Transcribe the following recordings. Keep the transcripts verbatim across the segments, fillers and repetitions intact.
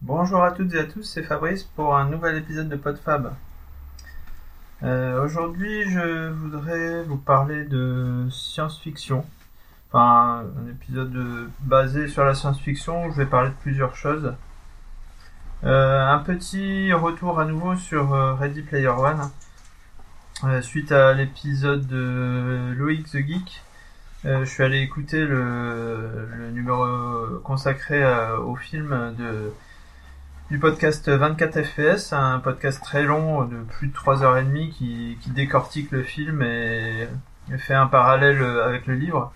Bonjour à toutes et à tous, c'est Fabrice pour un nouvel épisode de PodFab. Euh, aujourd'hui, je voudrais vous parler de science-fiction. Enfin, un épisode basé sur la science-fiction où je vais parler de plusieurs choses. Euh, un petit retour à nouveau sur Ready Player One. Euh, suite à l'épisode de Loïc the Geek, euh, je suis allé écouter le, le numéro consacré à, au film de... du podcast vingt-quatre F P S, un podcast très long de plus de trois heures trente qui, qui décortique le film et, et fait un parallèle avec le livre.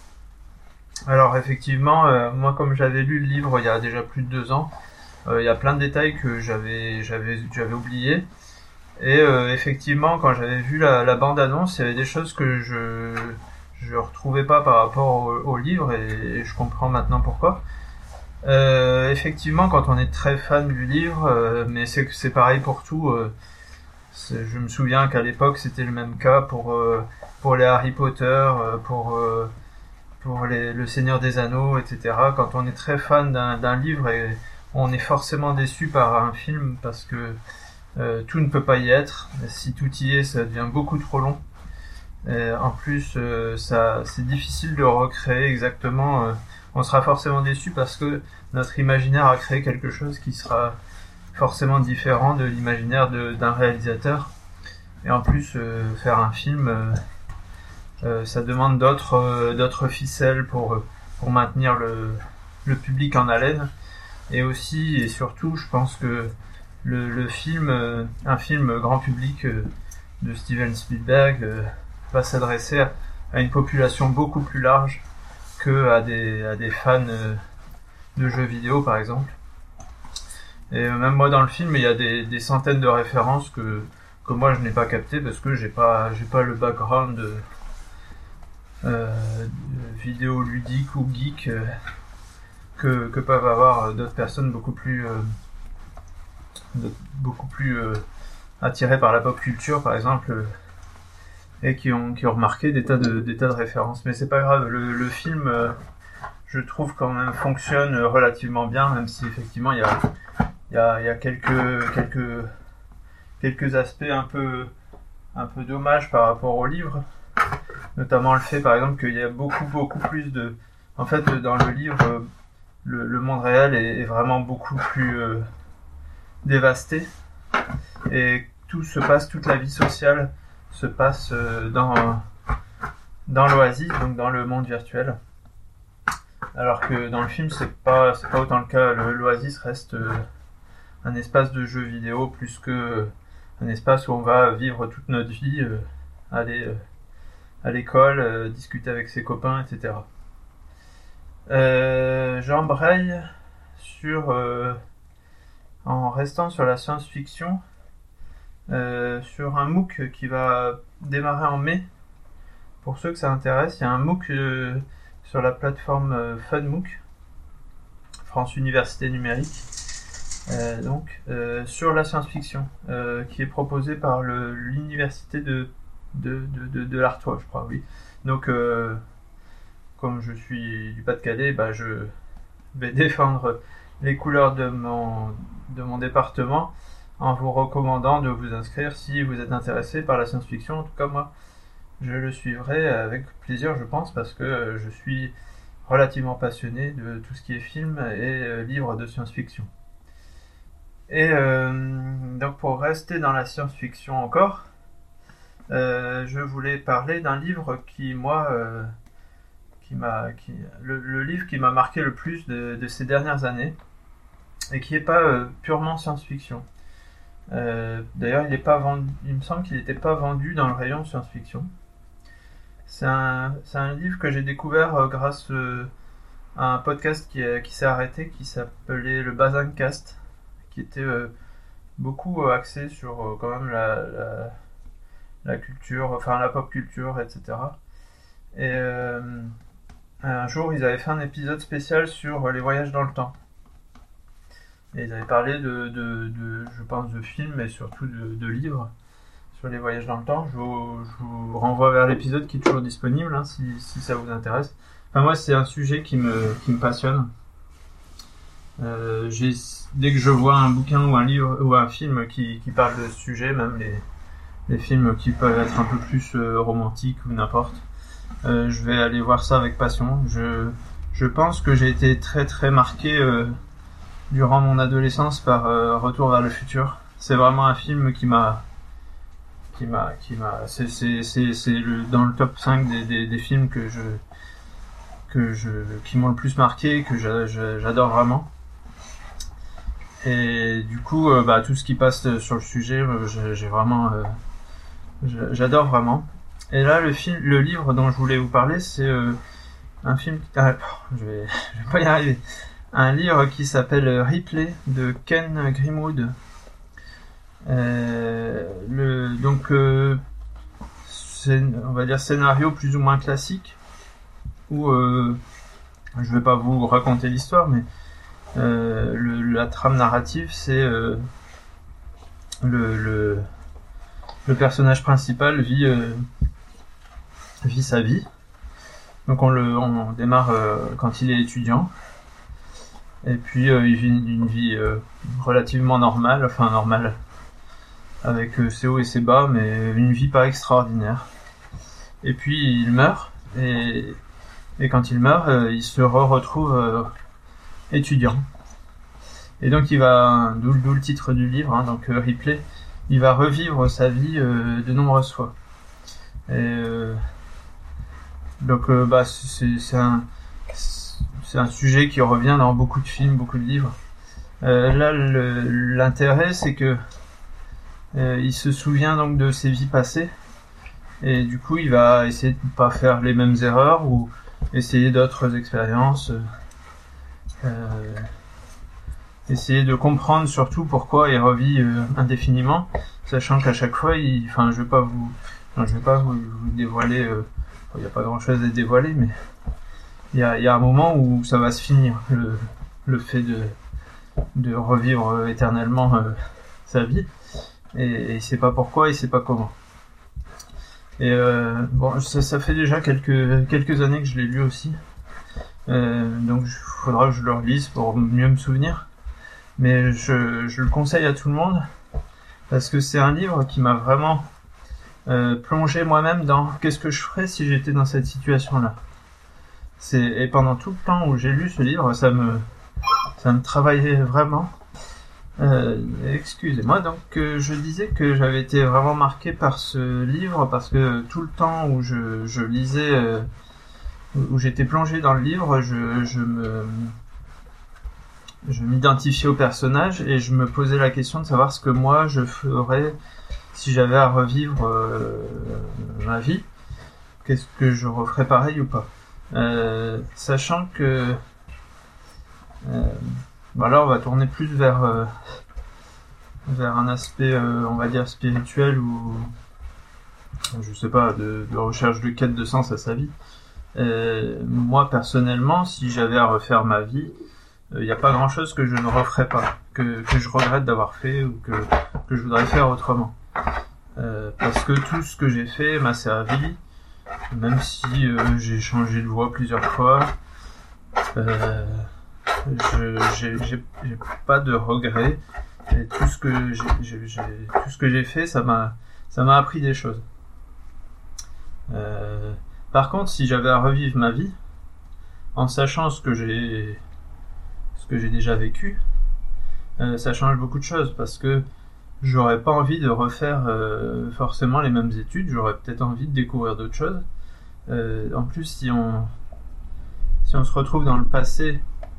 Alors effectivement, euh, moi comme j'avais lu le livre il y a déjà plus de deux ans, euh, il y a plein de détails que j'avais j'avais j'avais oubliés. Et euh, effectivement, quand j'avais vu la, la bande-annonce, il y avait des choses que je je retrouvais pas par rapport au, au livre et, et je comprends maintenant pourquoi. Euh, effectivement, quand on est très fan du livre, euh, mais c'est c'est pareil pour tout. Euh, je me souviens qu'à l'époque, c'était le même cas pour euh, pour les Harry Potter, euh, pour euh, pour les, le Seigneur des Anneaux, et cetera. Quand on est très fan d'un d'un livre, et on est forcément déçu par un film parce que euh, tout ne peut pas y être. Si tout y est, ça devient beaucoup trop long. Et en plus, euh, ça, c'est difficile de recréer exactement. Euh, on sera forcément déçu parce que notre imaginaire a créé quelque chose qui sera forcément différent de l'imaginaire de, d'un réalisateur. Et en plus, euh, faire un film, euh, euh, ça demande d'autres, euh, d'autres ficelles pour, pour maintenir le, le public en haleine. Et aussi, et surtout, je pense que le, le film, euh, un film grand public euh, de Steven Spielberg euh, va s'adresser à, à une population beaucoup plus large que à des, à des fans euh, de jeux vidéo par exemple. Et même moi dans le film, il y a des, des centaines de références que, que moi je n'ai pas captées parce que j'ai pas, j'ai pas le background de, euh, de vidéo ludique ou geek euh, que, que peuvent avoir d'autres personnes beaucoup plus, euh, beaucoup plus euh, attirées par la pop culture par exemple. Euh, et qui ont, qui ont remarqué des tas de, des tas de références. Mais c'est pas grave, le, le film, euh, je trouve quand même fonctionne relativement bien, même si effectivement il y a, il y a, il y a quelques, quelques, quelques aspects un peu, un peu dommages par rapport au livre. Notamment le fait, par exemple, qu'il y a beaucoup, beaucoup plus de... En fait, dans le livre, le, le monde réel est, est vraiment beaucoup plus euh, dévasté. Et tout se passe, toute la vie sociale se passe dans, dans l'Oasis, donc dans le monde virtuel. Alors que dans le film, c'est pas, c'est pas autant le cas. Le, l'Oasis reste un espace de jeux vidéo plus que un espace où on va vivre toute notre vie, euh, aller euh, à l'école, euh, discuter avec ses copains, et cetera. Euh, j'embraye sur, euh, en restant sur la science-fiction, Euh, sur un MOOC qui va démarrer en mai. Pour ceux que ça intéresse, il y a un MOOC euh, sur la plateforme euh, FunMOOC, France Université Numérique, euh, donc euh, sur la science-fiction, euh, qui est proposé par le, l'université de de, de, de, de l'Artois, je crois, oui. Donc, euh, comme je suis du Pas-de-Calais, bah, je vais défendre les couleurs de mon, de mon département en vous recommandant de vous inscrire si vous êtes intéressé par la science-fiction. En tout cas, moi, je le suivrai avec plaisir, je pense, parce que je suis relativement passionné de tout ce qui est film et euh, livres de science-fiction. Et euh, donc, pour rester dans la science-fiction encore, euh, je voulais parler d'un livre qui, moi, euh, qui m'a, qui, le, le livre qui m'a marqué le plus de, de ces dernières années, et qui n'est pas euh, purement science-fiction. Euh, d'ailleurs, il est pas vendu, il me semble qu'il n'était pas vendu dans le rayon science-fiction. C'est un, c'est un livre que j'ai découvert euh, grâce euh, à un podcast qui, euh, qui s'est arrêté, qui s'appelait le Bazincast, qui était euh, beaucoup euh, axé sur euh, quand même la, la, la culture, enfin la pop culture, et cetera. Et euh, un jour, ils avaient fait un épisode spécial sur les voyages dans le temps. Et ils avaient parlé de, de, de, je pense, de films et surtout de, de livres sur les voyages dans le temps. Je vous, je vous renvoie vers l'épisode qui est toujours disponible, hein, si, si ça vous intéresse. Enfin, moi, c'est un sujet qui me, qui me passionne. Euh, j'ai, dès que je vois un bouquin ou un livre ou un film qui, qui parle de ce sujet, même les, les films qui peuvent être un peu plus euh, romantiques ou n'importe, euh, je vais aller voir ça avec passion. Je, je pense que j'ai été très très marqué euh, durant mon adolescence par euh, Retour vers le futur. C'est vraiment un film qui m'a qui m'a qui m'a c'est c'est c'est c'est le dans le top cinq des des, des films que je que je qui m'ont le plus marqué, que j'a, j'a, j'adore vraiment. Et du coup euh, bah tout ce qui passe sur le sujet, euh, j'ai, j'ai vraiment euh, j'adore vraiment. Et là le film le livre dont je voulais vous parler, c'est euh, un film ah, je vais je vais pas y arriver. Un livre qui s'appelle Ripley de Ken Grimwood. Euh, le donc euh, c'est, on va dire scénario plus ou moins classique où euh, je vais pas vous raconter l'histoire, mais euh, le, la trame narrative, c'est euh, le, le le personnage principal vit euh, vit sa vie. Donc on le on démarre euh, quand il est étudiant, et puis euh, il vit une, une vie euh, relativement normale, enfin normale, avec euh, ses hauts et ses bas, mais une vie pas extraordinaire. Et puis il meurt, et, et quand il meurt, euh, il se re-retrouve euh, étudiant. Et donc il va, d'où, d'où le titre du livre, hein, donc euh, Ripley, il va revivre sa vie euh, de nombreuses fois. Et euh, donc euh, bah c'est, c'est un c'est un sujet qui revient dans beaucoup de films, beaucoup de livres. Euh, là le, l'intérêt, c'est que Euh, il se souvient donc de ses vies passées, et du coup il va essayer de ne pas faire les mêmes erreurs ou essayer d'autres expériences, euh, essayer de comprendre surtout pourquoi il revit euh, indéfiniment, sachant qu'à chaque fois, il, enfin je vais pas vous, non, je vais pas vous, vous dévoiler, euh, il n'y a pas grand chose à dévoiler, mais il y a, il y a un moment où ça va se finir, le, le fait de, de revivre éternellement euh, sa vie. Et, et il sait pas pourquoi, il sait pas comment. Et euh, bon, ça, ça fait déjà quelques quelques années que je l'ai lu aussi, euh, donc il faudra que je le relise pour mieux me souvenir. Mais je, je le conseille à tout le monde parce que c'est un livre qui m'a vraiment euh, plongé moi-même dans qu'est-ce que je ferais si j'étais dans cette situation-là. C'est et pendant tout le temps où j'ai lu ce livre, ça me ça me travaillait vraiment. Euh, excusez-moi, donc euh, je disais que j'avais été vraiment marqué par ce livre parce que tout le temps où je, je lisais, euh, où j'étais plongé dans le livre, je, je me, je m'identifiais au personnage et je me posais la question de savoir ce que moi je ferais si j'avais à revivre euh, ma vie. Qu'est-ce que je referais pareil ou pas, euh, sachant que euh, Bon, là, on va tourner plus vers euh, vers un aspect, euh, on va dire, spirituel ou, je sais pas, de, de recherche de quête de sens à sa vie. Euh, moi, personnellement, si j'avais à refaire ma vie, il euh, n'y a pas grand-chose que je ne referais pas, que, que je regrette d'avoir fait ou que, que je voudrais faire autrement. Euh, parce que tout ce que j'ai fait m'a servi, même si euh, j'ai changé de voie plusieurs fois. Euh, Je, j'ai, j'ai, j'ai pas de regrets, et tout ce que j'ai, j'ai, j'ai, tout ce que j'ai fait, ça m'a, ça m'a appris des choses. Euh, par contre, si j'avais à revivre ma vie, en sachant ce que j'ai, ce que j'ai déjà vécu, euh, ça change beaucoup de choses parce que j'aurais pas envie de refaire euh, forcément les mêmes études. J'aurais peut-être envie de découvrir d'autres choses. Euh, en plus, si on, si on se retrouve dans le passé.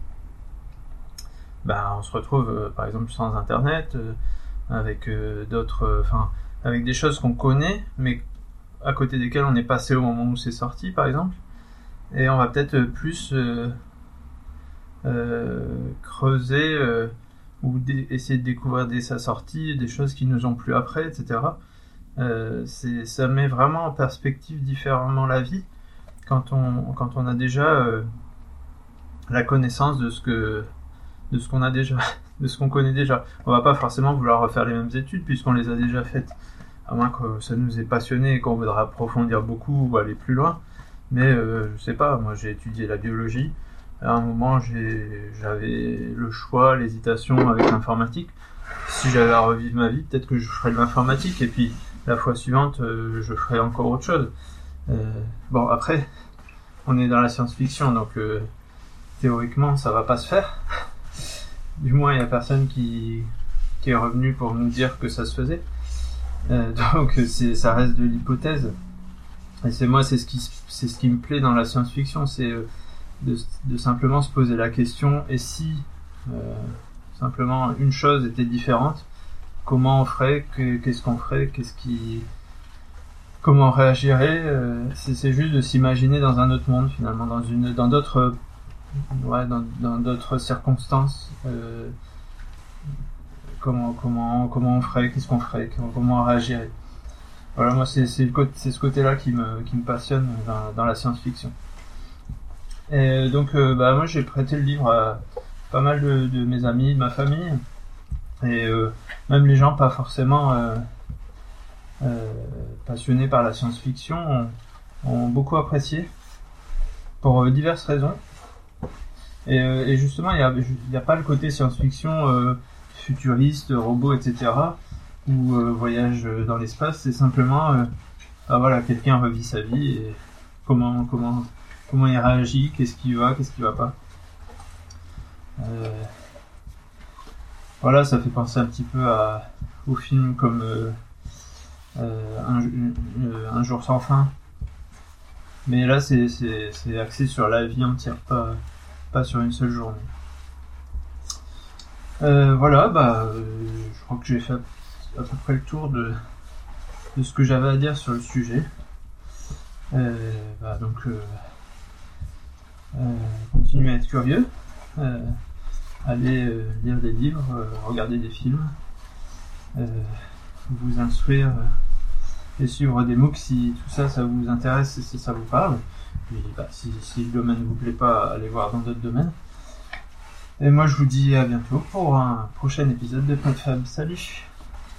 Bah, on se retrouve euh, par exemple sans internet, euh, avec euh, d'autres, enfin, euh, avec des choses qu'on connaît, mais à côté desquelles on est passé au moment où c'est sorti, par exemple, et on va peut-être plus euh, euh, creuser euh, ou dé- essayer de découvrir dès sa sortie des choses qui nous ont plu après, et cetera. Euh, c'est, ça met vraiment en perspective différemment la vie quand on quand on a déjà euh, la connaissance de ce que de ce qu'on a déjà, de ce qu'on connaît déjà. On va pas forcément vouloir refaire les mêmes études puisqu'on les a déjà faites, à moins que ça nous ait passionné et qu'on voudra approfondir beaucoup ou aller plus loin. Mais euh, je sais pas, moi j'ai étudié la biologie, À un moment, j'ai, j'avais le choix, l'hésitation avec l'informatique. Si j'avais à revivre ma vie, peut-être que je ferais de l'informatique, et puis la fois suivante, euh, je ferais encore autre chose. Euh, bon, après, on est dans la science-fiction, donc euh, théoriquement, ça va pas se faire. Du moins, il y a personne qui, qui est revenu pour nous dire que ça se faisait. Euh, donc, c'est, ça reste de l'hypothèse. Et c'est moi, c'est ce qui, c'est ce qui me plaît dans la science-fiction, c'est euh, de, de simplement se poser la question, et si euh, simplement une chose était différente, comment on ferait, que, qu'est-ce qu'on ferait, qu'est-ce qui, comment on réagirait. Euh, c'est, c'est juste de s'imaginer dans un autre monde finalement, dans une, dans d'autres, ouais, dans, dans d'autres circonstances. Euh, comment, comment, comment on ferait, qu'est-ce qu'on ferait, comment on réagirait. Voilà, moi c'est, c'est, le côté, c'est ce côté-là qui me, qui me passionne dans, dans la science-fiction. Et donc, euh, bah moi j'ai prêté le livre à pas mal de, de mes amis, de ma famille, et euh, même les gens pas forcément euh, euh, passionnés par la science-fiction ont, ont beaucoup apprécié pour euh, diverses raisons. Et, euh, et justement, il y a, il y a pas le côté science-fiction euh, futuriste, robots, et cetera, ou euh, voyage dans l'espace. C'est simplement, euh, ah, voilà, quelqu'un revit sa vie et comment, comment, comment il réagit, qu'est-ce qui va, qu'est-ce qui va pas. Euh, voilà, ça fait penser un petit peu à, aux films comme euh, euh, un, euh, un jour sans fin. Mais là, c'est, c'est, c'est axé sur la vie entière, pas, pas sur une seule journée. Euh, voilà, bah, euh, je crois que j'ai fait à peu près le tour de, de ce que j'avais à dire sur le sujet. Euh, bah, donc, euh, euh, continuez à être curieux. Euh, Allez euh, lire des livres, euh, regarder des films, euh, vous instruire euh, et suivre des MOOC si tout ça, ça vous intéresse et si ça vous parle. Et bah, si, si le domaine ne vous plaît pas, allez voir dans d'autres domaines. Et moi je vous dis à bientôt pour un prochain épisode de PodFab. Salut!